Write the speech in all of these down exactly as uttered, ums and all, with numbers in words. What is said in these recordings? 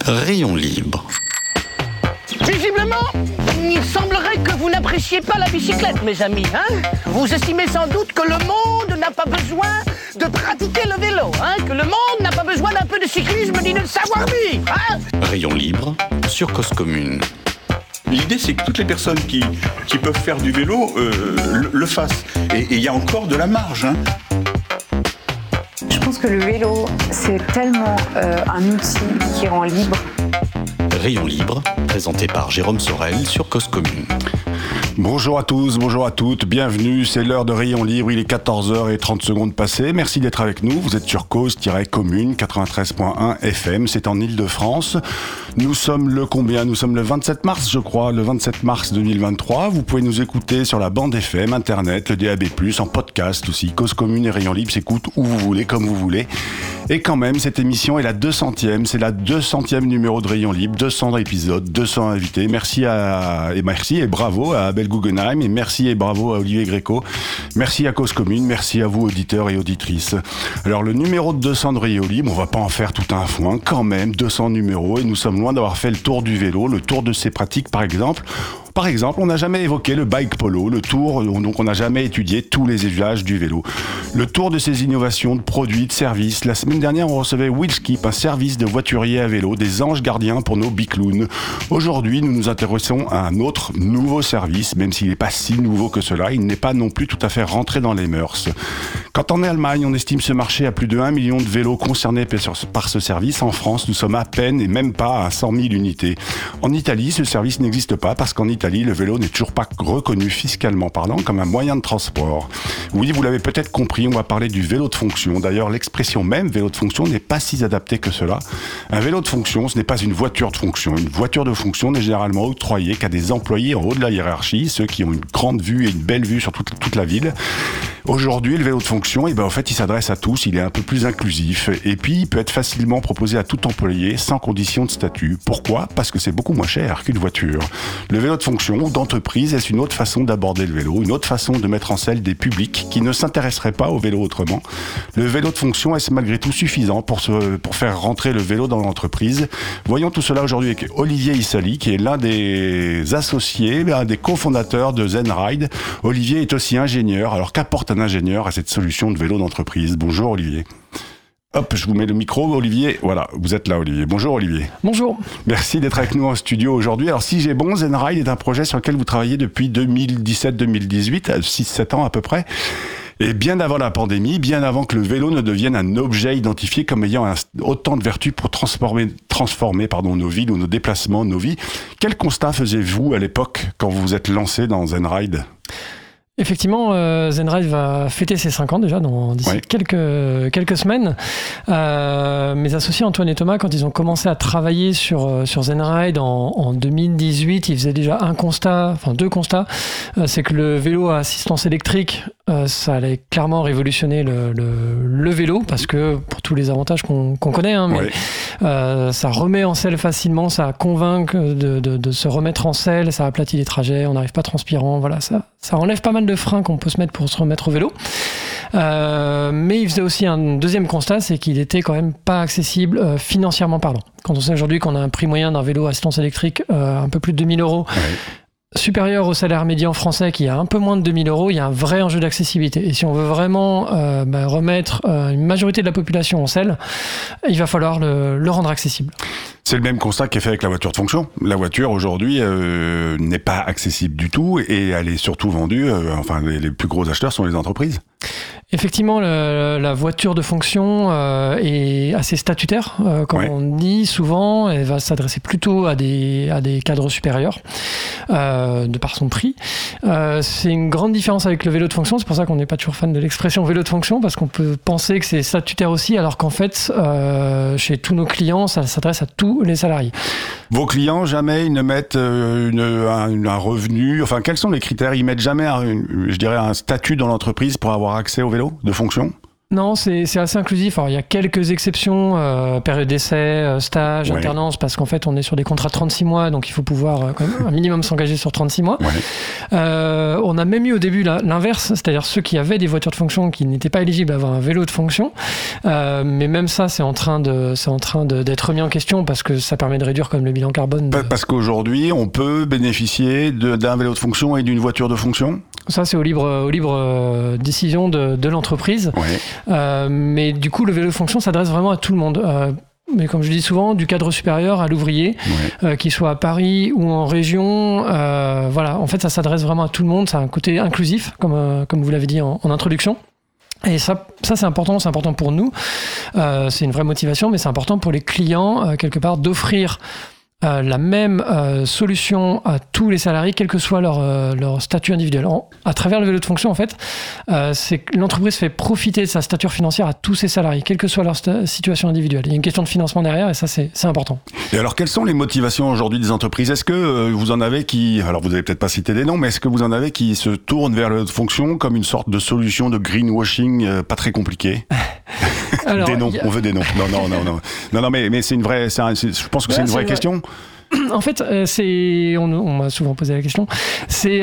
Rayon libre. Visiblement, il semblerait que vous n'appréciez pas la bicyclette, mes amis. Hein, vous estimez sans doute que le monde n'a pas besoin de pratiquer le vélo, hein, que le monde n'a pas besoin d'un peu de cyclisme ni de savoir-vivre. Hein. Rayon libre sur Cause Commune. L'idée, c'est que toutes les personnes qui, qui peuvent faire du vélo euh, le, le fassent. Et il y a encore de la marge. Hein. Je pense que le vélo, c'est tellement euh, un outil qui rend libre. Rayon libre, présenté par Jérôme Sorel sur Cause Commune. Bonjour à tous, bonjour à toutes, bienvenue, c'est l'heure de Rayon Libre, il est quatorze heures trente passées. Merci d'être avec nous, vous êtes sur Cause-Commune quatre-vingt-treize point un F M, c'est en Ile-de-France. Nous sommes le combien ? Nous sommes le vingt-sept mars, je crois, le vingt-sept mars deux mille vingt-trois. Vous pouvez nous écouter sur la bande F M, Internet, le D A B plus, en podcast aussi. Cause Commune et Rayon Libre s'écoutent où vous voulez, comme vous voulez. Et quand même, cette émission est la deux centième, c'est la deux centième numéro de Rayon Libre, deux cents épisodes, deux cents invités. Merci à, et merci et bravo à Abel Guggenheim, et merci et bravo à Olivier Gréco. Merci à Cause Commune, merci à vous auditeurs et auditrices. Alors le numéro de deux cents de Rayon Libre, on va pas en faire tout un foin, quand même, deux cents numéros, et nous sommes loin d'avoir fait le tour du vélo, le tour de ses pratiques par exemple. Par exemple, on n'a jamais évoqué le bike polo, le tour, donc on n'a jamais étudié tous les usages du vélo. Le tour de ses innovations, de produits, de services. La semaine dernière, on recevait Wheelskip, un service de voiturier à vélo, des anges gardiens pour nos biclowns. Aujourd'hui, nous nous intéressons à un autre nouveau service, même s'il n'est pas si nouveau que cela, il n'est pas non plus tout à fait rentré dans les mœurs. Quand en Allemagne, on estime ce marché à plus de un million de vélos concernés par ce service, en France, nous sommes à peine et même pas à cent mille unités. En Italie, ce service n'existe pas parce qu'en Italie, le vélo n'est toujours pas reconnu fiscalement parlant comme un moyen de transport. Oui, vous l'avez peut-être compris, on va parler du vélo de fonction. D'ailleurs, l'expression même vélo de fonction n'est pas si adaptée que cela. Un vélo de fonction, ce n'est pas une voiture de fonction. Une voiture de fonction n'est généralement octroyée qu'à des employés en haut de la hiérarchie, ceux qui ont une grande vue et une belle vue sur toute, toute la ville. Aujourd'hui, le vélo de fonction, eh ben, en fait, il s'adresse à tous, il est un peu plus inclusif. Et puis, il peut être facilement proposé à tout employé sans condition de statut. Pourquoi ? Parce que c'est beaucoup moins cher qu'une voiture. Le vélo de fonction ou d'entreprise, est-ce une autre façon d'aborder le vélo, une autre façon de mettre en selle des publics qui ne s'intéresseraient pas au vélo autrement. Le vélo de fonction, est-ce malgré tout suffisant pour, se, pour faire rentrer le vélo dans l'entreprise ? Voyons tout cela aujourd'hui avec Olivier Issali, qui est l'un des associés, l'un des cofondateurs de Zenride. Olivier est aussi ingénieur. Alors qu'apporte un ingénieur à cette solution de vélo d'entreprise ? Bonjour Olivier. Hop, je vous mets le micro, Olivier. Voilà, vous êtes là, Olivier. Bonjour, Olivier. Bonjour. Merci d'être avec nous en studio aujourd'hui. Alors, si j'ai bon, Zenride est un projet sur lequel vous travaillez depuis deux mille dix-sept deux mille dix-huit, six sept ans à peu près. Et bien avant la pandémie, bien avant que le vélo ne devienne un objet identifié comme ayant un, autant de vertus pour transformer, transformer pardon, nos villes ou nos déplacements, nos vies. Quel constat faisiez-vous à l'époque quand vous vous êtes lancé dans Zenride ? Effectivement, euh, Zenride va fêter ses cinq ans déjà dans, d'ici ouais. quelques, quelques semaines. Euh, mes associés Antoine et Thomas, quand ils ont commencé à travailler sur, sur Zenride en, en deux mille dix-huit, ils faisaient déjà un constat, enfin deux constats. Euh, c'est que le vélo à assistance électrique, euh, ça allait clairement révolutionner le, le, le vélo, parce que pour tous les avantages qu'on, qu'on connaît, hein, mais ouais. euh, ça remet en selle facilement, ça convainc de, de, de se remettre en selle, ça aplatit les trajets, on n'arrive pas transpirant, voilà, ça, ça enlève pas mal de freins qu'on peut se mettre pour se remettre au vélo. Euh, mais il faisait aussi un deuxième constat, c'est qu'il était quand même pas accessible euh, financièrement parlant. Quand on sait aujourd'hui qu'on a un prix moyen d'un vélo à assistance électrique euh, un peu plus de deux mille euros, ouais. supérieur au salaire médian français qui est un peu moins de deux mille euros, il y a un vrai enjeu d'accessibilité. Et si on veut vraiment euh, bah, remettre euh, une majorité de la population en selle, il va falloir le, le rendre accessible. C'est le même constat qui est fait avec la voiture de fonction. La voiture aujourd'hui euh, n'est pas accessible du tout et elle est surtout vendue, euh, enfin les, les plus gros acheteurs sont les entreprises. Effectivement, le, la voiture de fonction euh, est assez statutaire. Euh, comme ouais. on dit souvent, elle va s'adresser plutôt à des, à des cadres supérieurs, euh, de par son prix. Euh, c'est une grande différence avec le vélo de fonction. C'est pour ça qu'on n'est pas toujours fan de l'expression vélo de fonction, parce qu'on peut penser que c'est statutaire aussi, alors qu'en fait, euh, chez tous nos clients, ça s'adresse à tous les salariés. Vos clients, jamais ils ne mettent une, un, un revenu, enfin quels sont les critères ? Ils mettent jamais un, je dirais un statut dans l'entreprise pour avoir accès au vélo de fonction ? Non, c'est, c'est assez inclusif. Alors, il y a quelques exceptions, euh, période d'essai, euh, stage, ouais. alternance, parce qu'en fait, on est sur des contrats de trente-six mois, donc il faut pouvoir euh, quand même un minimum s'engager sur trente-six mois. Ouais. Euh, on a même eu au début la, l'inverse, c'est-à-dire ceux qui avaient des voitures de fonction qui n'étaient pas éligibles à avoir un vélo de fonction. Euh, mais même ça, c'est en train, de, c'est en train de, d'être remis en question parce que ça permet de réduire comme le bilan carbone. De... Parce qu'aujourd'hui, on peut bénéficier de, d'un vélo de fonction et d'une voiture de fonction ? Ça, c'est au libre, au libre euh, décision de, de l'entreprise. Ouais. Euh, mais du coup, le vélo de fonction s'adresse vraiment à tout le monde. Euh, mais comme je dis souvent, du cadre supérieur à l'ouvrier, ouais. euh, qu'il soit à Paris ou en région. Euh, voilà, en fait, ça s'adresse vraiment à tout le monde. Ça a un côté inclusif, comme, euh, comme vous l'avez dit en, en introduction. Et ça, ça c'est important, c'est important pour nous. Euh, c'est une vraie motivation, mais c'est important pour les clients, euh, quelque part, d'offrir Euh, la même euh, solution à tous les salariés, quel que soit leur, euh, leur statut individuel. En, à travers le vélo de fonction, en fait, euh, c'est que l'entreprise fait profiter de sa stature financière à tous ses salariés, quelle que soit leur sta- situation individuelle. Il y a une question de financement derrière et ça, c'est, c'est important. Et alors, quelles sont les motivations aujourd'hui des entreprises ? Est-ce que euh, vous en avez qui, alors vous n'avez peut-être pas cité des noms, mais est-ce que vous en avez qui se tournent vers le vélo de fonction comme une sorte de solution de greenwashing euh, pas très compliquée ? Alors, des noms, a... on veut des noms. Non, non, non, non, non, non, mais mais c'est une vraie. C'est un, c'est, je pense que bah, c'est une vraie c'est question. En fait, euh, c'est, on, on m'a souvent posé la question. C'est,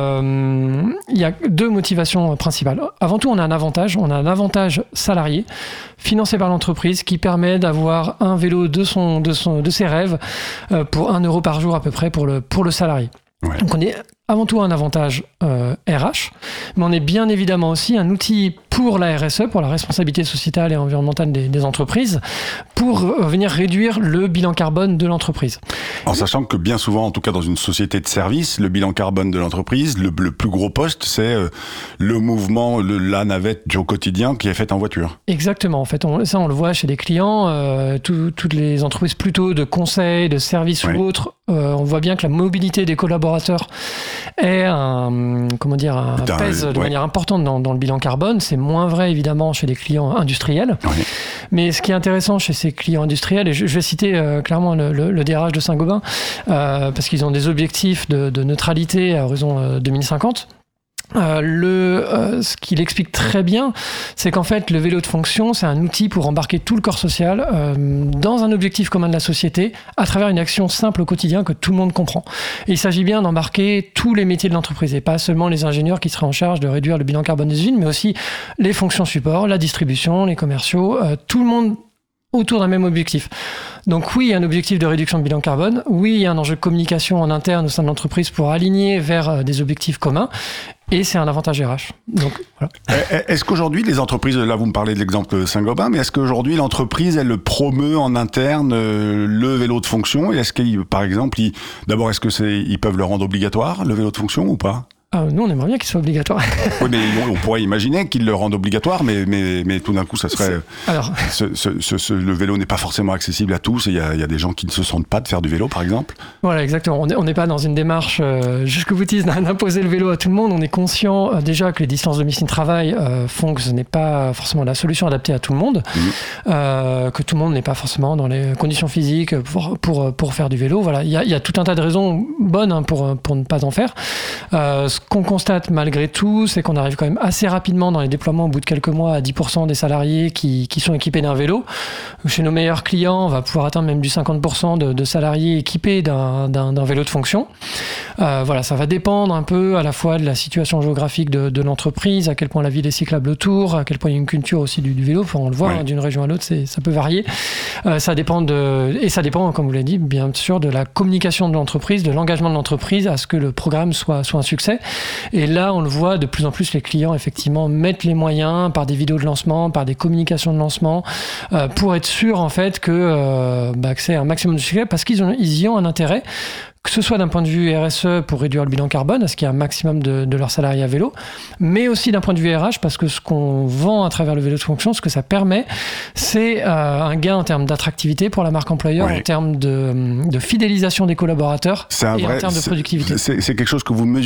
euh, il y a deux motivations principales. Avant tout, on a un avantage. On a un avantage salarié financé par l'entreprise qui permet d'avoir un vélo de son, de son, de ses rêves euh, pour un euro par jour à peu près pour le pour le salarié. Ouais. Donc on est avant tout un avantage euh, R H, mais on est bien évidemment aussi un outil pour la R S E, pour la responsabilité sociétale et environnementale des, des entreprises, pour euh, venir réduire le bilan carbone de l'entreprise. En sachant que bien souvent, en tout cas dans une société de service, le bilan carbone de l'entreprise, le, le plus gros poste, c'est euh, le mouvement, le, la navette du quotidien qui est faite en voiture. Exactement, en fait, on, ça on le voit chez les clients, euh, tout, toutes les entreprises plutôt de conseil, de services ouais. ou autres, euh, on voit bien que la mobilité des collaborateurs est un, comment dire, un, Putain, pèse de ouais. manière importante dans, dans le bilan carbone. C'est moins vrai évidemment chez les clients industriels. Oui. Mais ce qui est intéressant chez ces clients industriels, et je, je vais citer euh, clairement le, le, le D R H de Saint-Gobain, euh, parce qu'ils ont des objectifs de, de neutralité à horizon euh, deux mille cinquante. Euh, le, euh, ce qu'il explique très bien, c'est qu'en fait, le vélo de fonction, c'est un outil pour embarquer tout le corps social euh, dans un objectif commun de la société à travers une action simple au quotidien que tout le monde comprend. Et il s'agit bien d'embarquer tous les métiers de l'entreprise et pas seulement les ingénieurs qui seraient en charge de réduire le bilan carbone des usines, mais aussi les fonctions support, la distribution, les commerciaux, euh, tout le monde autour d'un même objectif. Donc oui, il y a un objectif de réduction de bilan carbone. Oui, il y a un enjeu de communication en interne au sein de l'entreprise pour aligner vers des objectifs communs. Et c'est un avantage R H. Donc, voilà. Est-ce qu'aujourd'hui, les entreprises, là vous me parlez de l'exemple Saint-Gobain, mais est-ce qu'aujourd'hui l'entreprise, elle promeut en interne euh, le vélo de fonction ? Et est-ce qu'ils, par exemple, ils, d'abord, est-ce que c'est, ils peuvent le rendre obligatoire, le vélo de fonction, ou pas ? Ah, nous, on aimerait bien qu'il soit obligatoire. Oui, mais on, on pourrait imaginer qu'ils le rendent obligatoire, mais, mais, mais tout d'un coup, ça serait... Alors... Ce, ce, ce, ce, le vélo n'est pas forcément accessible à tous, et il y a, y a des gens qui ne se sentent pas de faire du vélo, par exemple. Voilà, exactement. On n'est pas dans une démarche euh, jusqu'au boutiste d'imposer le vélo à tout le monde. On est conscient euh, déjà que les distances domicile-travail euh, font que ce n'est pas forcément la solution adaptée à tout le monde, mmh. euh, que tout le monde n'est pas forcément dans les conditions physiques pour, pour, pour faire du vélo. Voilà, il y a, y a tout un tas de raisons bonnes hein, pour, pour ne pas en faire. Euh, Ce qu'on constate malgré tout, c'est qu'on arrive quand même assez rapidement dans les déploiements au bout de quelques mois à dix pour cent des salariés qui, qui sont équipés d'un vélo. Chez nos meilleurs clients, on va pouvoir atteindre même du cinquante pour cent de, de salariés équipés d'un, d'un, d'un vélo de fonction. Euh, voilà, ça va dépendre un peu à la fois de la situation géographique de, de l'entreprise, à quel point la ville est cyclable autour, à quel point il y a une culture aussi du, du vélo. Enfin, on le voit, ouais. hein, d'une région à l'autre, c'est, ça peut varier. Euh, ça dépend de, et ça dépend, comme vous l'avez dit, bien sûr, de la communication de l'entreprise, de l'engagement de l'entreprise à ce que le programme soit, soit un succès. Et là, on le voit, de plus en plus, les clients, effectivement, mettent les moyens par des vidéos de lancement, par des communications de lancement, euh, pour être sûr, en fait, que, euh, bah, que c'est un maximum de succès, parce qu'ils ont, ils y ont un intérêt, que ce soit d'un point de vue R S E pour réduire le bilan carbone, parce qu'il y a un maximum de, de leurs salariés à vélo, mais aussi d'un point de vue R H, parce que ce qu'on vend à travers le vélo de fonction, ce que ça permet, c'est euh, un gain en termes d'attractivité pour la marque employeur, oui. en termes de, de fidélisation des collaborateurs c'est un et vrai, en termes de productivité. C'est, c'est quelque chose que vous mesurez, ça ?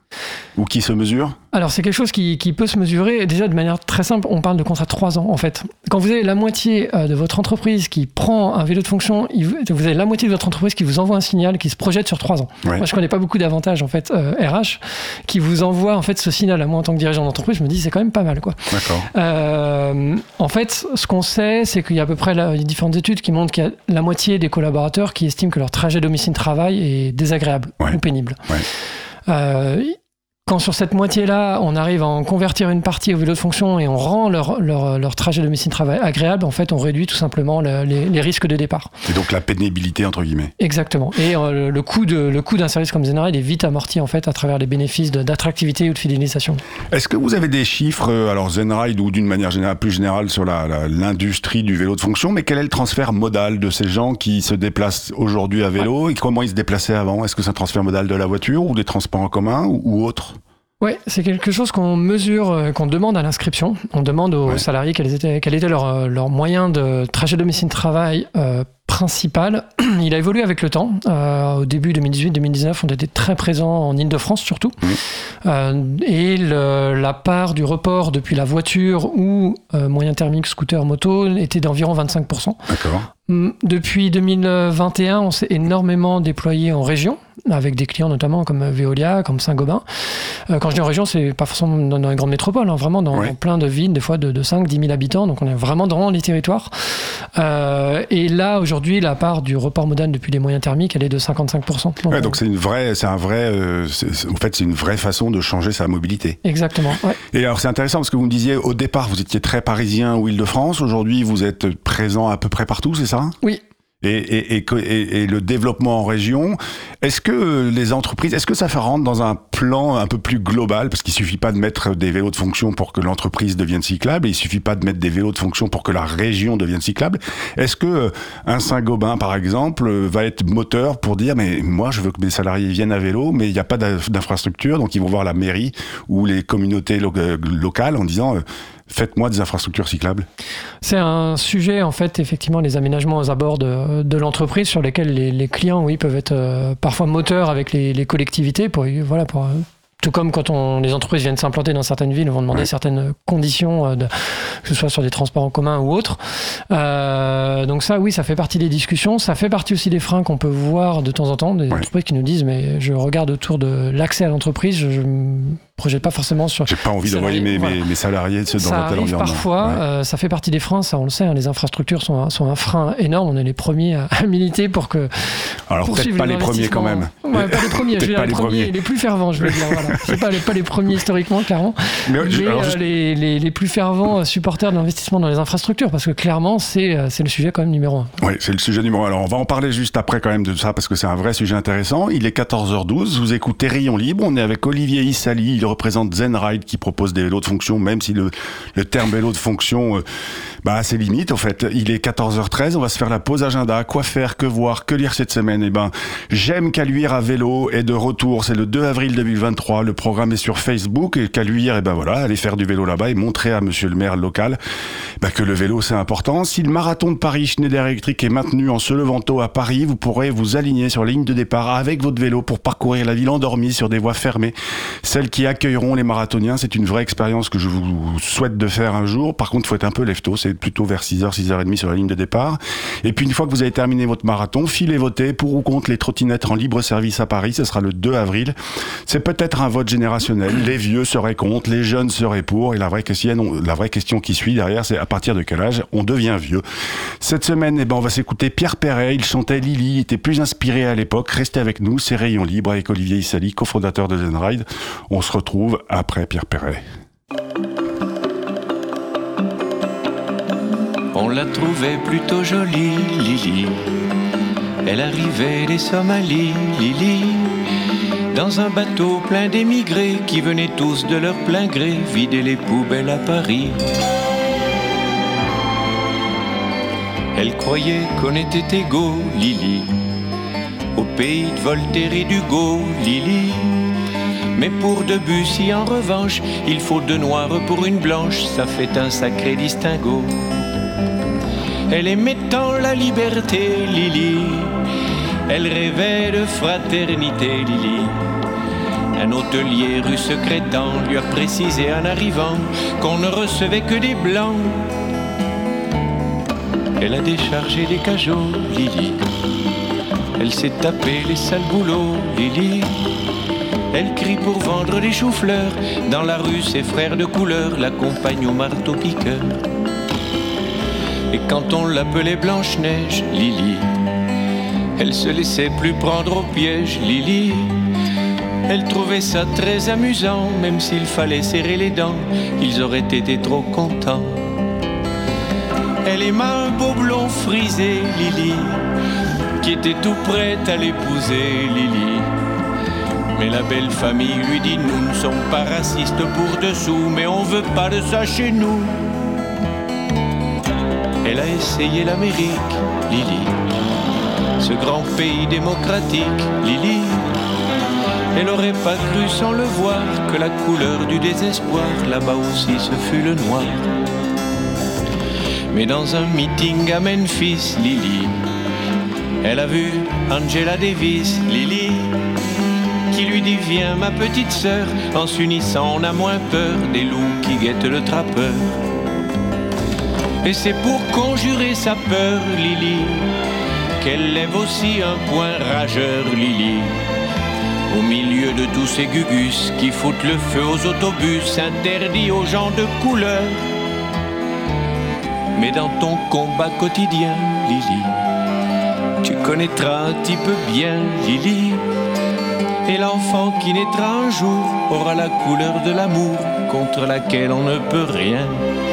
Ou qui se mesure ? Alors, c'est quelque chose qui, qui peut se mesurer déjà de manière très simple. On parle de contrat de trois ans, en fait. Quand vous avez la moitié de votre entreprise qui prend un vélo de fonction, vous avez la moitié de votre entreprise qui vous envoie un signal qui se projette sur trois ans. Ouais. Moi, je connais pas beaucoup d'avantages, en fait, euh, R H, qui vous envoie, en fait, ce signal. À moi, en tant que dirigeant d'entreprise, je me dis, c'est quand même pas mal, quoi. D'accord. Euh, en fait, ce qu'on sait, c'est qu'il y a à peu près là, il y a différentes études qui montrent qu'il y a la moitié des collaborateurs qui estiment que leur trajet domicile-travail est désagréable ouais. ou pénible. Ouais. Euh, Quand sur cette moitié-là, on arrive à en convertir une partie au vélo de fonction et on rend leur, leur, leur trajet domicile-travail agréable, en fait, on réduit tout simplement le, les, les risques de départ. Et donc la pénibilité, entre guillemets. Exactement. Et euh, le coût de, le coût d'un service comme Zenride est vite amorti, en fait, à travers les bénéfices de, d'attractivité ou de fidélisation. Est-ce que vous avez des chiffres, alors Zenride ou d'une manière générale, plus générale sur la, la, l'industrie du vélo de fonction, mais quel est le transfert modal de ces gens qui se déplacent aujourd'hui à vélo ouais. et comment ils se déplaçaient avant ? Est-ce que c'est un transfert modal de la voiture ou des transports en commun ou, ou autre ? Oui, c'est quelque chose qu'on mesure, qu'on demande à l'inscription. On demande aux ouais. salariés quels étaient, quel était leur, leur moyen de trajet domicile-travail euh, principal. Il a évolué avec le temps. Euh, au début deux mille dix-huit deux mille dix-neuf, on était très présents en Île-de-France surtout. Mmh. Euh, et le, la part du report depuis la voiture ou euh, moyen thermique, scooter, moto était d'environ vingt-cinq pour cent. D'accord. Depuis deux mille vingt et un, on s'est énormément déployé en région, avec des clients notamment comme Veolia, comme Saint-Gobain. Euh, quand je dis en région, c'est pas forcément dans, dans les grandes métropoles, hein, vraiment dans, ouais. dans plein de villes, des fois de, de cinq à dix mille habitants, donc on est vraiment dans les territoires. Euh, et là, aujourd'hui, la part du report modal depuis les moyens thermiques, elle est de cinquante-cinq pour cent. Donc, ouais, donc c'est une vraie, c'est un vrai, euh, c'est, c'est, en fait, c'est une vraie façon de changer sa mobilité. Exactement. Ouais. Et alors, c'est intéressant parce que vous me disiez, au départ, vous étiez très parisien ou Île-de-France. Aujourd'hui, vous êtes présent à peu près partout, c'est ça ? Oui. Et, et, et, et, et le développement en région, est-ce que les entreprises, est-ce que ça fait rentrer dans un plan un peu plus global ? Parce qu'il suffit pas de mettre des vélos de fonction pour que l'entreprise devienne cyclable, et il suffit pas de mettre des vélos de fonction pour que la région devienne cyclable. Est-ce que un Saint-Gobain, par exemple, va être moteur pour dire, mais moi, je veux que mes salariés viennent à vélo, mais il n'y a pas d'infrastructure, donc ils vont voir la mairie ou les communautés lo- locales en disant, faites-moi des infrastructures cyclables. C'est un sujet, en fait, effectivement, les aménagements aux abords de, de l'entreprise sur lesquels les, les clients, oui, peuvent être euh, parfois moteurs avec les, les collectivités pour, voilà, pour, tout comme quand on, les entreprises viennent s'implanter dans certaines villes, vont demander ouais. certaines conditions, euh, de, que ce soit sur des transports en commun ou autres. Euh, donc ça, oui, ça fait partie des discussions. Ça fait partie aussi des freins qu'on peut voir de temps en temps, des ouais. entreprises qui nous disent, mais je regarde autour de l'accès à l'entreprise, je, je projette pas forcément sur... J'ai pas envie d'envoyer mes, voilà. mes, mes salariés dans ça un tel environnement. Parfois, ouais. euh, ça fait partie des freins, ça on le sait, hein, les infrastructures sont un, sont un frein énorme, on est les premiers à, à militer pour que... Alors peut-être pas les premiers quand même. Ouais, pas les premiers, je vais dire les, les premiers, les plus fervents, je vais dire, voilà. C'est pas les, pas les premiers historiquement, clairement, mais, mais alors, euh, je... les, les, les plus fervents supporters de l'investissement dans les infrastructures, parce que clairement, c'est, c'est le sujet quand même numéro un. Oui, c'est le sujet numéro un. Alors on va en parler juste après quand même de ça, parce que c'est un vrai sujet intéressant. Il est quatorze heures douze, vous écoutez Rayon Libre, on est avec Olivier Issali, il représente Zenride, qui propose des vélos de fonction, même si le, le terme vélo de fonction euh, bah, a ses limites. En fait, il est quatorze heures treize, on va se faire la pause agenda. Quoi faire, que voir, que lire cette semaine ? Eh ben, J'aime Caluire à vélo est de retour. C'est le deux avril deux mille vingt-trois. Le programme est sur Facebook et Caluire, eh ben voilà, allez faire du vélo là-bas et montrer à monsieur le maire local bah, que le vélo c'est important. Si le marathon de Paris Schneider Electric est maintenu en se levant tôt à Paris, vous pourrez vous aligner sur la ligne de départ avec votre vélo pour parcourir la ville endormie sur des voies fermées, celles qui accueilleront les marathoniens. C'est une vraie expérience que je vous souhaite de faire un jour. Par contre, il faut être un peu lève-tôt. C'est plutôt vers six heures, six heures trente sur la ligne de départ. Et puis, une fois que vous avez terminé votre marathon, filez voter pour ou contre les trottinettes en libre service à Paris. Ce sera le deux avril. C'est peut-être un vote générationnel. Les vieux seraient contre, les jeunes seraient pour. Et la vraie question, la vraie question qui suit derrière, c'est à partir de quel âge on devient vieux. Cette semaine, eh ben, on va s'écouter Pierre Perret. Il chantait Lily, il était plus inspiré à l'époque. Restez avec nous. C'est Rayon Libre avec Olivier Issali, cofondateur de Zenride. On se retrouve après Pierre Perret. On la trouvait plutôt jolie, Lily. Elle arrivait des Somalies, Lily, dans un bateau plein d'émigrés qui venaient tous de leur plein gré vider les poubelles à Paris. Elle croyait qu'on était égaux, Lily, au pays de Voltaire et d'Hugo, Lily. Mais pour Debussy, en revanche, il faut deux noirs pour une blanche, ça fait un sacré distinguo. Elle aimait tant la liberté, Lily, elle rêvait de fraternité, Lily. Un hôtelier rue Secrétan lui a précisé en arrivant qu'on ne recevait que des blancs. Elle a déchargé les cajots, Lily. Elle s'est tapé les sales boulots, Lily. Elle crie pour vendre des choux-fleurs. Dans la rue, ses frères de couleur l'accompagnent au marteau-piqueur. Et quand on l'appelait Blanche-Neige, Lily, elle se laissait plus prendre au piège, Lily. Elle trouvait ça très amusant, même s'il fallait serrer les dents, ils auraient été trop contents. Elle aima un beau blond frisé, Lily, qui était tout prête à l'épouser, Lily. Mais la belle famille lui dit, nous ne sommes pas racistes pour dessous, mais on veut pas de ça chez nous. Elle a essayé l'Amérique, Lily, ce grand pays démocratique, Lily. Elle aurait pas cru sans le voir que la couleur du désespoir, là-bas aussi ce fut le noir. Mais dans un meeting à Memphis, Lily, elle a vu Angela Davis, Lily, qui lui dit viens ma petite sœur, en s'unissant on a moins peur des loups qui guettent le trappeur. Et c'est pour conjurer sa peur, Lily, qu'elle lève aussi un point rageur, Lily. Au milieu de tous ces gugus qui foutent le feu aux autobus, interdits aux gens de couleur. Mais dans ton combat quotidien, Lily, tu connaîtras un petit peu bien, Lily. Et l'enfant qui naîtra un jour aura la couleur de l'amour contre laquelle on ne peut rien.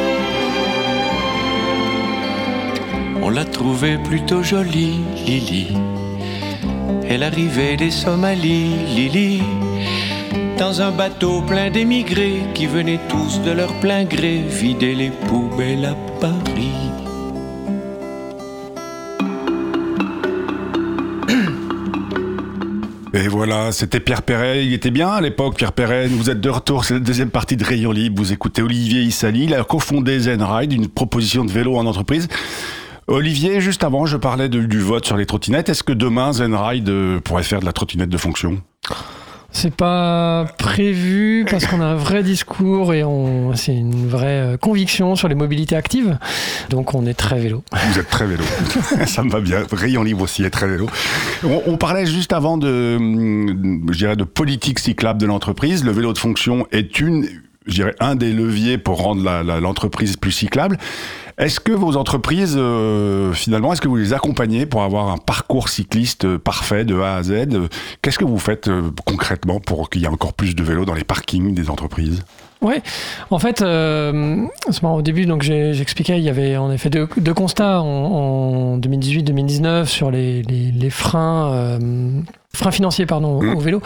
On l'a trouvée plutôt jolie, Lily. Elle arrivait des Somalies, Lily, dans un bateau plein d'émigrés qui venaient tous de leur plein gré vider les poubelles à Paris. Et voilà, c'était Pierre Perret. Il était bien à l'époque, Pierre Perret. Vous êtes de retour, c'est la deuxième partie de Rayon Libre. Vous écoutez Olivier Issali. Il a cofondé Zenride, une proposition de vélo en entreprise. Olivier, juste avant, je parlais de, du vote sur les trottinettes. Est-ce que demain, Zenride pourrait faire de la trottinette de fonction ? C'est pas prévu parce qu'on a un vrai discours et on, c'est une vraie conviction sur les mobilités actives. Donc on est très vélo. Vous êtes très vélo. Ça me va bien. Rayon Libre aussi est très vélo. On, on parlait juste avant de, je dirais, de politique cyclable de l'entreprise. Le vélo de fonction est une, je dirais, un des leviers pour rendre la, la, l'entreprise plus cyclable. Est-ce que vos entreprises, euh, finalement, est-ce que vous les accompagnez pour avoir un parcours cycliste parfait de A à Z ? Qu'est-ce que vous faites euh, concrètement pour qu'il y ait encore plus de vélos dans les parkings des entreprises ? Oui, en fait, euh, au début, donc j'ai, j'expliquais, il y avait en effet deux, deux constats en, en deux mille dix-huit deux mille dix-neuf sur les, les, les freins, euh, freins financiers pardon, mmh. au vélo.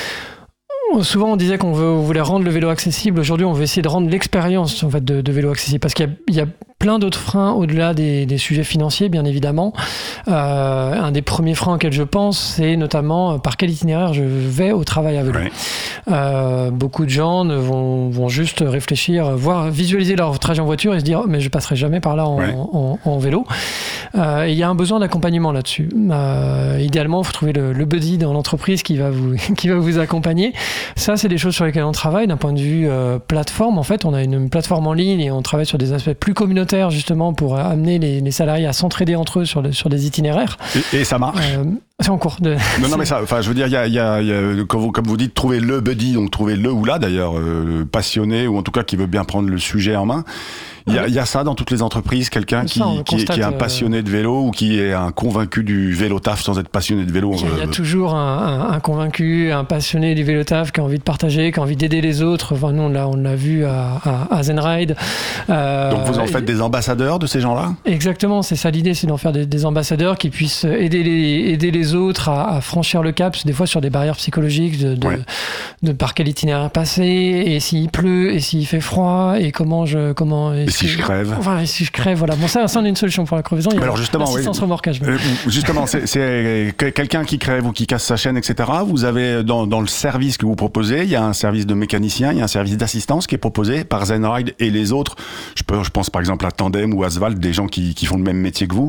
Souvent, on disait qu'on veut, on voulait rendre le vélo accessible. Aujourd'hui, on veut essayer de rendre l'expérience en fait, de, de vélo accessible parce qu'il y a, il y a plein d'autres freins au-delà des, des sujets financiers, bien évidemment. Euh, un des premiers freins auxquels je pense, c'est notamment par quel itinéraire je vais au travail à vélo. Oui. Euh, beaucoup de gens ne vont, vont juste réfléchir, voir, visualiser leur trajet en voiture et se dire oh, « mais je passerai jamais par là en, oui. en, en, en vélo euh, ». Et il y a un besoin d'accompagnement là-dessus. Euh, idéalement, il faut trouver le, le buddy dans l'entreprise qui va vous, qui va vous accompagner. Ça, c'est des choses sur lesquelles on travaille d'un point de vue euh, plateforme. En fait, on a une, une plateforme en ligne et on travaille sur des aspects plus communautaires justement pour amener les, les salariés à s'entraider entre eux sur, le, sur des itinéraires. Et, et ça marche euh, C'est en cours. De... Non, non, mais ça, enfin, je veux dire, il y a, y a, y a comme, vous, comme vous dites, trouver le buddy, donc trouver le ou la d'ailleurs euh, passionné ou en tout cas qui veut bien prendre le sujet en main. Il y, a, il y a ça dans toutes les entreprises, quelqu'un qui, ça, qui, constate, qui est un passionné de vélo ou qui est un convaincu du vélo taf sans être passionné de vélo. Il y a, il y a toujours un, un, un convaincu, un passionné du vélo taf qui a envie de partager, qui a envie d'aider les autres. Enfin, nous, on l'a, on l'a vu à, à, à Zenride. Euh, Donc vous en faites des ambassadeurs de ces gens-là ? Exactement, c'est ça l'idée, c'est d'en faire des, des ambassadeurs qui puissent aider les, aider les autres à, à franchir le cap, des fois sur des barrières psychologiques, de, de, ouais. de, de par quel itinéraire passer, et s'il pleut, et s'il fait froid, et comment je... Comment, et si je crève. Enfin, si je crève, voilà. Bon, ça, ça, on a une solution pour la crevaison. Il y a alors justement, l'assistance oui. remorquage. Euh, justement, c'est, c'est quelqu'un qui crève ou qui casse sa chaîne, et cetera. Vous avez dans, dans le service que vous proposez, il y a un service de mécanicien, il y a un service d'assistance qui est proposé par Zenride et les autres. Je, peux, je pense par exemple à Tandem ou Asphalt, des gens qui, qui font le même métier que vous.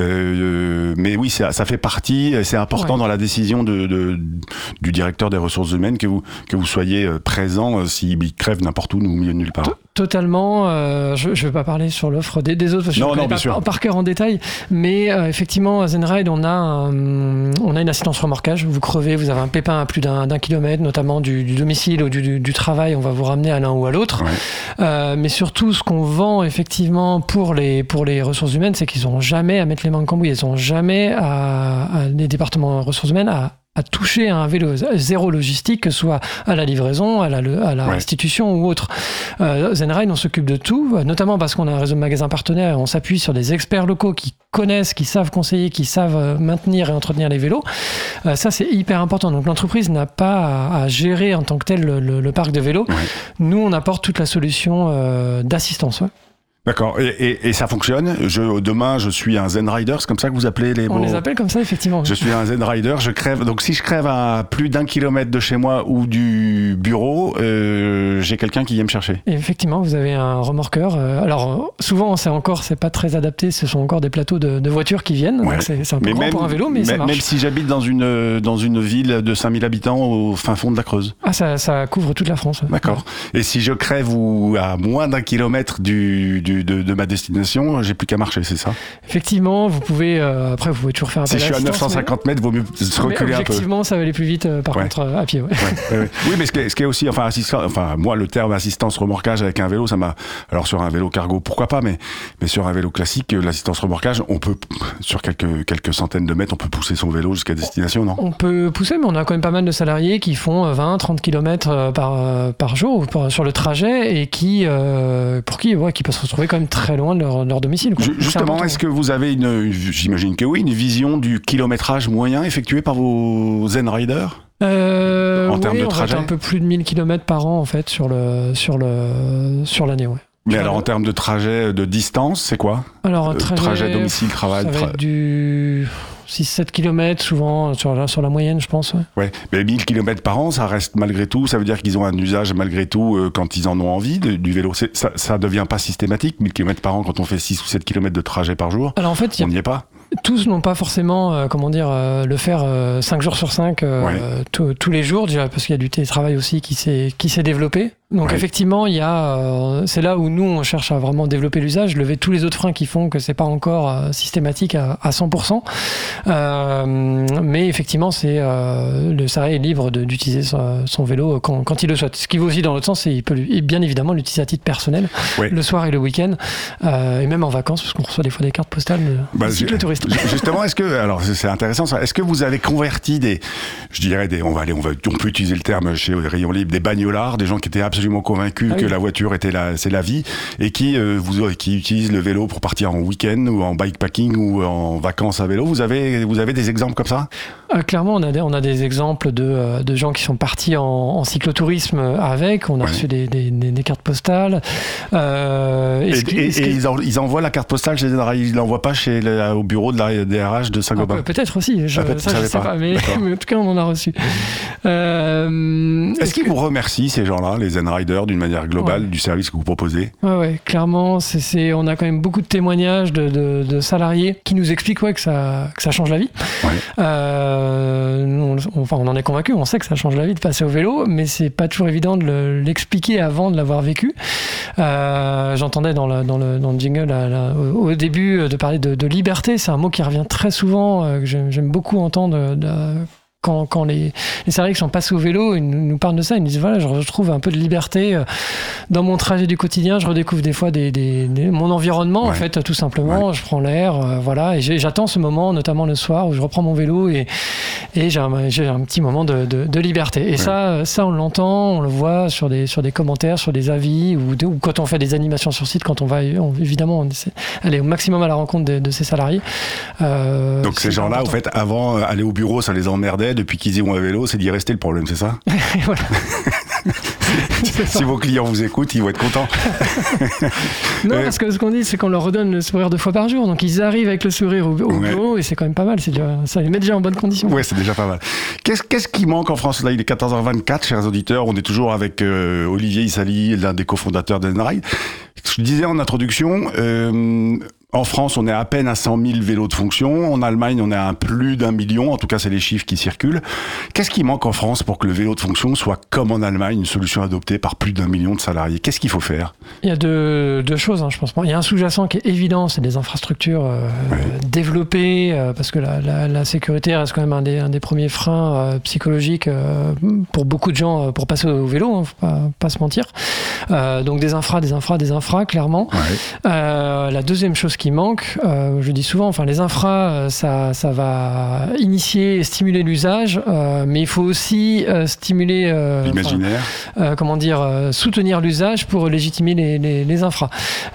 Euh, mais oui, ça, ça fait partie, c'est important ouais. dans la décision de, de, du directeur des ressources humaines que vous, que vous soyez présent s'il crève n'importe où, au milieu de nulle part. Totalement. Euh, je ne vais pas parler sur l'offre des, des autres parce que non, je ne connais pas par, par cœur en détail. Mais euh, effectivement, à Zenride, on a, un, on a une assistance remorquage. Vous crevez, vous avez un pépin à plus d'un, d'un kilomètre, notamment du, du domicile ou du, du, du travail. On va vous ramener à l'un ou à l'autre. Ouais. Euh, mais surtout, ce qu'on vend effectivement pour les, pour les ressources humaines, c'est qu'ils n'ont jamais à mettre les mains en cambouis. Ils n'ont jamais à, à les départements ressources humaines à à toucher à un vélo zéro logistique, que ce soit à la livraison, à la, à la ouais. restitution ou autre. Euh, Zenride, on s'occupe de tout, notamment parce qu'on a un réseau de magasins partenaires, on s'appuie sur des experts locaux qui connaissent, qui savent conseiller, qui savent maintenir et entretenir les vélos. Euh, ça, c'est hyper important. Donc l'entreprise n'a pas à, à gérer en tant que tel le, le, le parc de vélos. Ouais. Nous, on apporte toute la solution euh, d'assistance. Ouais. D'accord, et, et, et ça fonctionne. Je, demain, je suis un Zenrider, c'est comme ça que vous appelez les... On beaux... les appelle comme ça, effectivement. Je suis un Zenrider, je crève. Donc si je crève à plus d'un kilomètre de chez moi ou du bureau, euh, j'ai quelqu'un qui vient me chercher. Et effectivement, vous avez un remorqueur. Euh, alors souvent, c'est encore, c'est pas très adapté. Ce sont encore des plateaux de, de voitures qui viennent. Ouais. Donc c'est, c'est un peu mais grand même, pour un vélo, mais, mais ça marche. Même si j'habite dans une dans une ville de cinq mille habitants au fin fond de la Creuse. Ah, ça, ça couvre toute la France. D'accord. Ouais. Et si je crève ou à moins d'un kilomètre du, du de, de ma destination, j'ai plus qu'à marcher, c'est ça? Effectivement, vous pouvez, euh, après vous pouvez toujours faire appel si à je suis à neuf cent cinquante mais... mètres, vaut mieux se reculer un peu. Effectivement, ça va aller plus vite, euh, par ouais. contre, euh, à pied. Ouais. Ouais, ouais. Oui, mais ce qui est, ce qui est aussi, enfin, assistance, enfin, moi, le terme assistance remorquage avec un vélo, ça m'a, alors sur un vélo cargo, pourquoi pas, mais, mais sur un vélo classique, l'assistance remorquage, on peut, sur quelques, quelques centaines de mètres, on peut pousser son vélo jusqu'à destination, non? On peut pousser, mais on a quand même pas mal de salariés qui font vingt, trente kilomètres par, par jour par, sur le trajet et qui, euh, pour qui, ouais, qui peuvent se retrouver quand même très loin de leur, de leur domicile. Quoi. Justement, est-ce que vous avez une, j'imagine que oui, une vision du kilométrage moyen effectué par vos Zenriders euh, en termes oui, de trajet? On va un peu plus de mille kilomètres par an en fait sur le sur le sur l'année, ouais. Mais alors en termes de trajet, de distance, c'est quoi? Alors un trajet, euh, trajet domicile, travail. Ça va être du six sept kilomètres souvent sur la, sur la moyenne, je pense. Ouais. ouais, mais mille kilomètres par an, ça reste malgré tout, ça veut dire qu'ils ont un usage malgré tout euh, quand ils en ont envie de, du vélo. C'est, ça, ça devient pas systématique, mille kilomètres par an quand on fait six ou sept kilomètres de trajet par jour. Alors en fait, on n'y est pas. Tous n'ont pas forcément, euh, comment dire, euh, le faire euh, cinq jours sur cinq euh, ouais. tous les jours, déjà, parce qu'il y a du télétravail aussi qui s'est, qui s'est développé. Donc ouais. effectivement, il y a, euh, c'est là où nous on cherche à vraiment développer l'usage, lever tous les autres freins qui font que c'est pas encore euh, systématique à, à cent pour cent. Euh, mais effectivement, c'est euh, le salarié est libre de, d'utiliser son, son vélo quand, quand il le souhaite. Ce qui vaut aussi dans l'autre sens, c'est qu'il peut bien évidemment l'utiliser à titre personnel, ouais. le soir et le week-end, euh, et même en vacances, parce qu'on reçoit des fois des cartes postales de bah, cyclotouristes. Justement, est-ce que, alors c'est intéressant ça, est-ce que vous avez converti des, je dirais des, on va aller, on va, on peut utiliser le terme chez Rayon Libre, des bagnolards, des gens qui étaient absolument convaincus ah oui. que la voiture était la, c'est la vie, et qui, euh, vous, qui utilisent le vélo pour partir en week-end ou en bikepacking ou en vacances à vélo. Vous avez, vous avez des exemples comme ça? Euh, clairement, on a des, on a des exemples de, de gens qui sont partis en, en cyclotourisme avec. On a ouais. reçu des, des, des, des cartes postales. Euh, et et, et, et ils, en, ils envoient la carte postale chez ils l'envoient pas chez le, au bureau de la D R H de Saint-Gobain. Ah, peut-être aussi. Je, ah, peut-être, ça, je sais pas. pas mais, mais en tout cas, on en a reçu. Euh, est-ce, est-ce qu'ils que... vous remercient ces gens-là, les Zenriders, d'une manière globale, ouais. du service que vous proposez? Ouais, ouais. Clairement, c'est, c'est, on a quand même beaucoup de témoignages de, de, de salariés qui nous expliquent ouais, que ça, que ça change la vie. Ouais. Euh, nous, on, enfin, on en est convaincus. On sait que ça change la vie de passer au vélo, mais c'est pas toujours évident de le, l'expliquer avant de l'avoir vécu. Euh, j'entendais dans le, dans le, dans le jingle là, là, au, au début de parler de, de liberté. C'est un mot qui revient très souvent, euh, que j'aime, j'aime beaucoup entendre. De, Quand, quand les, les salariés qui sont passés au vélo, ils nous, nous parlent de ça, ils nous disent voilà, je retrouve un peu de liberté dans mon trajet du quotidien, je redécouvre des fois des, des, des, mon environnement, ouais. en fait, tout simplement, ouais. je prends l'air, euh, voilà, et j'ai, j'attends ce moment, notamment le soir, où je reprends mon vélo et, et j'ai, un, j'ai un petit moment de, de, de liberté. Et ouais. ça, ça, on l'entend, on le voit sur des, sur des commentaires, sur des avis, ou, de, ou quand on fait des animations sur site, quand on va, on, évidemment, on essaie aller au maximum à la rencontre de, de ces salariés. Euh, Donc ces gens-là, en fait, avant, aller au bureau, ça les emmerdait. Depuis qu'ils y vont à vélo, c'est d'y rester le problème, c'est ça? Voilà. Si vos clients vous écoutent, ils vont être contents. Non, parce que ce qu'on dit, c'est qu'on leur redonne le sourire deux fois par jour. Donc ils arrivent avec le sourire au, au ouais. bureau et c'est quand même pas mal. C'est déjà, ça les met déjà en bonne condition. Oui, c'est déjà pas mal. Qu'est-ce, qu'est-ce qui manque en France? Là, il est quatorze heures vingt-quatre, chers auditeurs. On est toujours avec euh, Olivier Issali, l'un des cofondateurs d'Zenride. Je disais en introduction... Euh, En France, on est à peine à cent mille vélos de fonction. En Allemagne, on est à plus d'un million. En tout cas, c'est les chiffres qui circulent. Qu'est-ce qui manque en France pour que le vélo de fonction soit, comme en Allemagne, une solution adoptée par plus d'un million de salariés? Qu'est-ce qu'il faut faire? Il y a deux, deux choses, hein, je pense. Il y a un sous-jacent qui est évident, c'est des infrastructures euh, ouais. développées, euh, parce que la, la, la sécurité reste quand même un des, un des premiers freins euh, psychologiques euh, pour beaucoup de gens euh, pour passer au vélo, hein, faut pas, pas se mentir. Euh, donc des infras, des infras, des infras, clairement. Ouais. Euh, la deuxième chose qui manque, euh, je dis souvent, enfin les infras, ça, ça va initier et stimuler l'usage, euh, mais il faut aussi euh, stimuler, euh, l'imaginaire, euh, comment dire, euh, soutenir l'usage pour légitimer les, les, les infras.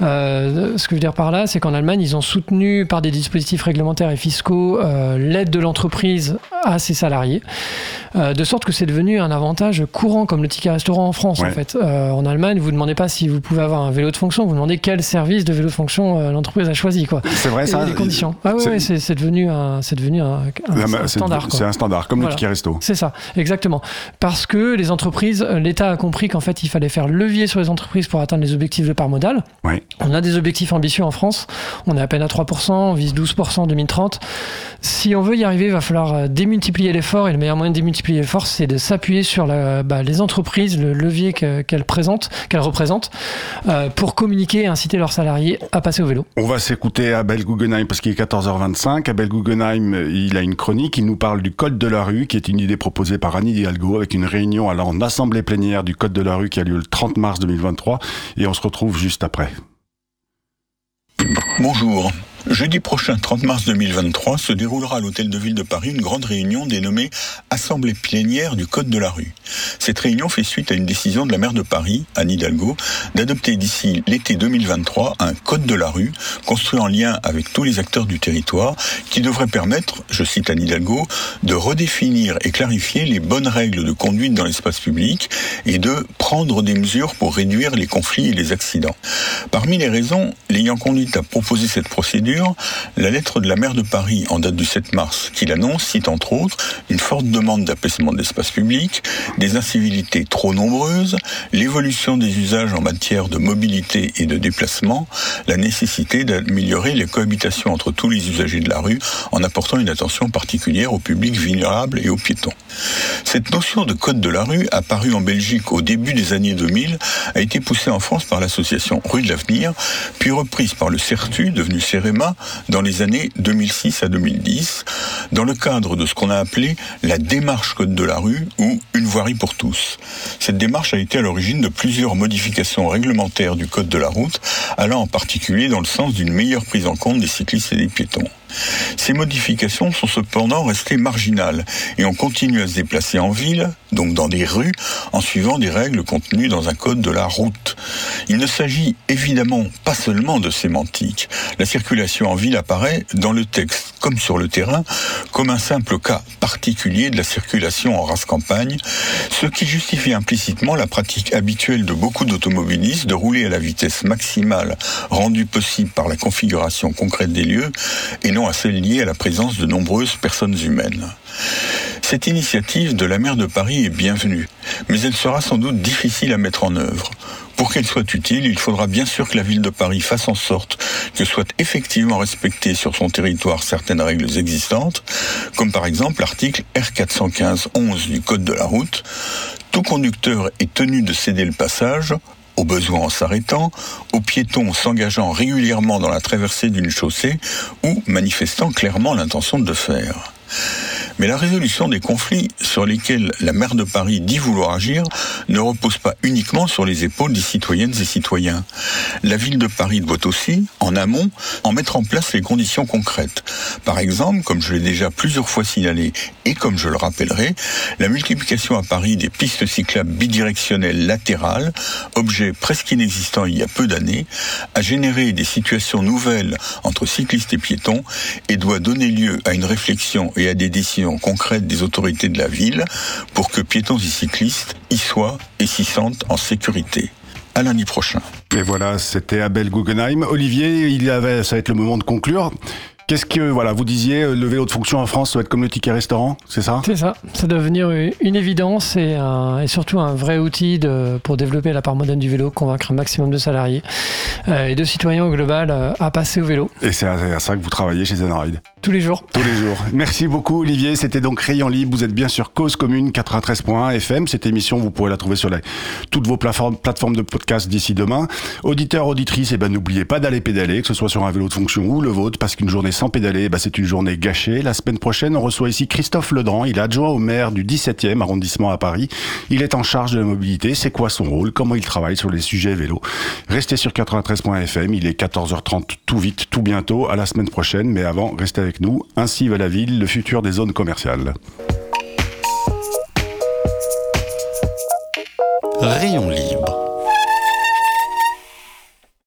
Euh, ce que je veux dire par là, c'est qu'en Allemagne, ils ont soutenu par des dispositifs réglementaires et fiscaux euh, l'aide de l'entreprise à ses salariés, euh, de sorte que c'est devenu un avantage courant comme le ticket restaurant en France. Ouais. En fait, euh, en Allemagne, vous ne demandez pas si vous pouvez avoir un vélo de fonction, vous demandez quel service de vélo de fonction euh, l'entreprise a choisi, quoi. C'est vrai, ça. Les conditions. Ah oui, c'est... Ouais, c'est, c'est devenu un, c'est devenu un, un, un standard. C'est, c'est un standard, comme voilà. Le ticket resto. C'est ça, exactement. Parce que les entreprises, l'État a compris qu'en fait, il fallait faire levier sur les entreprises pour atteindre les objectifs de part modale. Oui. On a des objectifs ambitieux en France. On est à peine à trois pour cent, on vise douze pour cent en deux mille trente. Si on veut y arriver, il va falloir démultiplier l'effort. Et le meilleur moyen de démultiplier l'effort, c'est de s'appuyer sur la, bah, les entreprises, le levier que, qu'elles présentent, qu'elles représentent, euh, pour communiquer et inciter leurs salariés à passer au vélo. On va s'écouter Abel Guggenheim parce qu'il est quatorze heures vingt-cinq. Abel Guggenheim, il a une chronique, il nous parle du Code de la rue, qui est une idée proposée par Anne Hidalgo, avec une réunion alors en assemblée plénière du Code de la rue qui a lieu le trente mars deux mille vingt-trois. Et on se retrouve juste après. Bonjour. Jeudi prochain, trente mars deux mille vingt-trois, se déroulera à l'Hôtel de Ville de Paris une grande réunion dénommée Assemblée plénière du Code de la rue. Cette réunion fait suite à une décision de la maire de Paris, Anne Hidalgo, d'adopter d'ici l'été deux mille vingt-trois un Code de la rue construit en lien avec tous les acteurs du territoire qui devrait permettre, je cite Anne Hidalgo, de redéfinir et clarifier les bonnes règles de conduite dans l'espace public et de prendre des mesures pour réduire les conflits et les accidents. Parmi les raisons l'ayant conduite à proposer cette procédure, la lettre de la maire de Paris en date du sept mars qui l'annonce cite entre autres une forte demande d'apaisement de l'espace public, des incivilités trop nombreuses, l'évolution des usages en matière de mobilité et de déplacement, la nécessité d'améliorer les cohabitations entre tous les usagers de la rue en apportant une attention particulière aux publics vulnérables et aux piétons. Cette notion de code de la rue, apparue en Belgique au début des années deux mille, a été poussée en France par l'association Rue de l'Avenir, puis reprise par le CERTU, devenu CEREMA, dans les années deux mille six à deux mille dix, dans le cadre de ce qu'on a appelé la démarche Code de la rue ou une voirie pour tous. Cette démarche a été à l'origine de plusieurs modifications réglementaires du Code de la route, allant en particulier dans le sens d'une meilleure prise en compte des cyclistes et des piétons. Ces modifications sont cependant restées marginales et on continue à se déplacer en ville, donc dans des rues, en suivant des règles contenues dans un code de la route. Il ne s'agit évidemment pas seulement de sémantique. La circulation en ville apparaît dans le texte, comme sur le terrain, comme un simple cas particulier de la circulation en race campagne, ce qui justifie implicitement la pratique habituelle de beaucoup d'automobilistes de rouler à la vitesse maximale rendue possible par la configuration concrète des lieux et non à celle liée à la présence de nombreuses personnes humaines. Cette initiative de la maire de Paris est bienvenue, mais elle sera sans doute difficile à mettre en œuvre. Pour qu'elle soit utile, il faudra bien sûr que la ville de Paris fasse en sorte que soient effectivement respectées sur son territoire certaines règles existantes, comme par exemple l'article R quatre cent quinze onze du Code de la route. Tout conducteur est tenu de céder le passage, au besoin en s'arrêtant, aux piétons s'engageant régulièrement dans la traversée d'une chaussée ou manifestant clairement l'intention de le faire. Mais la résolution des conflits sur lesquels la maire de Paris dit vouloir agir ne repose pas uniquement sur les épaules des citoyennes et citoyens. La ville de Paris doit aussi, en amont, en mettre en place les conditions concrètes. Par exemple, comme je l'ai déjà plusieurs fois signalé et comme je le rappellerai, la multiplication à Paris des pistes cyclables bidirectionnelles latérales, objet presque inexistant il y a peu d'années, a généré des situations nouvelles entre cyclistes et piétons et doit donner lieu à une réflexion et à des décisions décisions concrètes des autorités de la ville pour que piétons et cyclistes y soient et s'y sentent en sécurité. À lundi prochain. Et voilà, c'était Abel Guggenheim. Olivier, il avait, ça va être le moment de conclure. Qu'est-ce que, voilà, vous disiez, le vélo de fonction en France, ça doit être comme le ticket restaurant, c'est ça ? C'est ça, ça doit devenir une évidence et, un, et surtout un vrai outil de, pour développer la part moderne du vélo, convaincre un maximum de salariés euh, et de citoyens au global euh, à passer au vélo. Et c'est à, à ça que vous travaillez chez Zenride ? Tous les jours. Tous les jours. Merci beaucoup Olivier, c'était donc Rayon Libre, vous êtes bien sur Cause Commune quatre-vingt-treize point un F M. Cette émission, vous pourrez la trouver sur la, toutes vos plateformes, plateformes de podcast d'ici demain. Auditeurs, auditrices, eh ben, n'oubliez pas d'aller pédaler, que ce soit sur un vélo de fonction ou le vôtre, parce qu'une journée sans pédaler, eh ben, c'est une journée gâchée. La semaine prochaine, on reçoit ici Christophe Ledran, il est adjoint au maire du dix-septième arrondissement à Paris. Il est en charge de la mobilité, c'est quoi son rôle, comment il travaille sur les sujets vélo. Restez sur quatre-vingt-treize point F M, il est quatorze heures trente, tout vite, tout bientôt, à la semaine prochaine, mais avant, restez avec nous. Ainsi va la ville, le futur des zones commerciales. Rayon Libre.